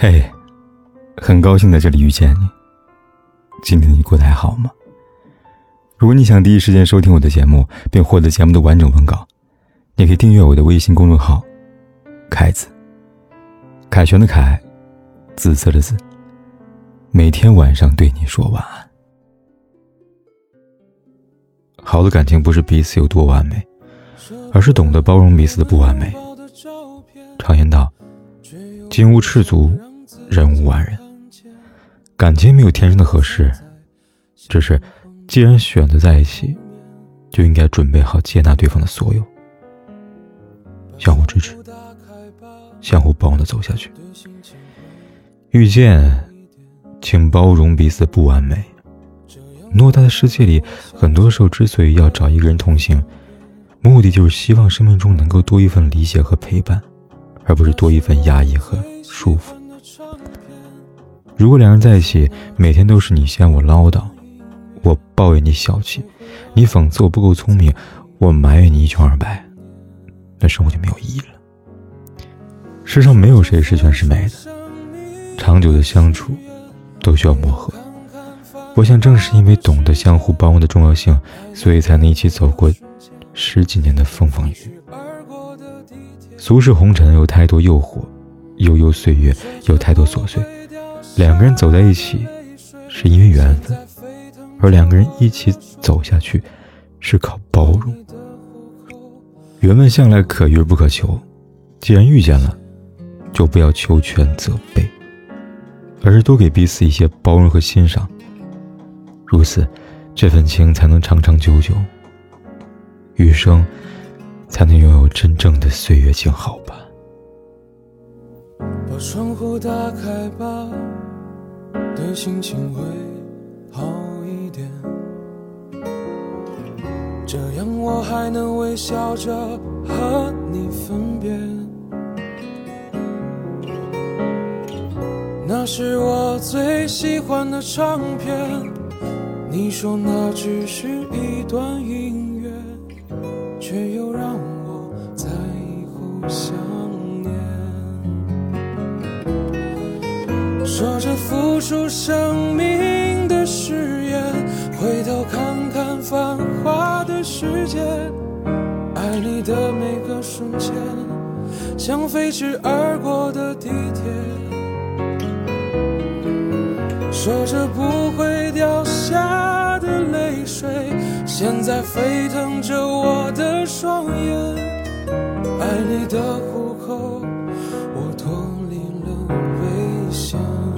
嘿，很高兴在这里遇见你。今天你过得还好吗？如果你想第一时间收听我的节目，并获得节目的完整文稿，你可以订阅我的微信公众号凯子，凯旋的凯，紫色的紫，每天晚上对你说晚安。好的感情不是彼此有多完美，而是懂得包容彼此的不完美。常言道，金无赤足，人无完人。感情没有天生的合适，只是既然选择在一起，就应该准备好接纳对方的所有，相互支持，相互包容地走下去。遇见，请包容彼此的不完美。偌大的世界里，很多时候之所以要找一个人同行，目的就是希望生命中能够多一份理解和陪伴，而不是多一份压抑和束缚。如果两人在一起，每天都是你嫌我唠叨，我抱怨你小气，你讽刺我不够聪明，我埋怨你一穷二白，那生活就没有意义了。世上没有谁十全十美的，长久的相处都需要磨合。我想正是因为懂得相互包容的重要性，所以才能一起走过10几年的风风雨雨。俗世红尘有太多诱惑，悠悠岁月有太多琐碎。两个人走在一起是因为缘分，而两个人一起走下去是靠包容。缘分向来可遇而不可求，既然遇见了，就不要求全责备，而是多给彼此一些包容和欣赏，如此这份情才能长长久久，余生才能拥有真正的岁月静好吧。 把窗户打开吧，对心情会好一点，这样我还能微笑着和你分别。那是我最喜欢的唱片，你说那只是一段音乐，却又让我在以后想念。说着付出生命的誓言，回头看看繁华的世界，爱你的每个瞬间，像飞驰而过的地铁。说着不会掉下的泪水，现在沸腾着我的双眼。爱你的虎口，我脱离了危险。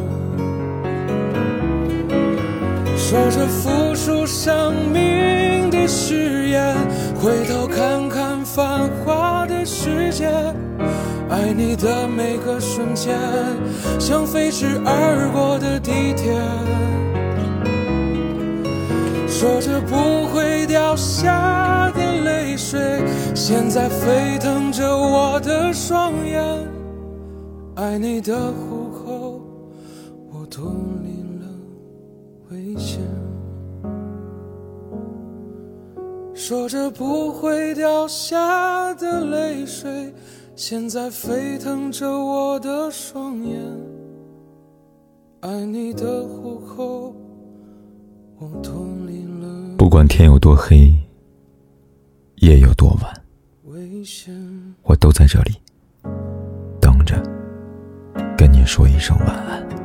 说着付出生命的誓言，回头看看繁华的世界，爱你的每个瞬间，像飞驰而过的地铁。说着不会掉下的泪水，现在沸腾着我的双眼。爱你的虎口，我脱离了危险。说着不会掉下的泪水，现在沸腾着我的双眼。爱你的虎口，我脱离了不管天有多黑，夜有多晚， 危险。 我都在这里等着跟你说一声晚安。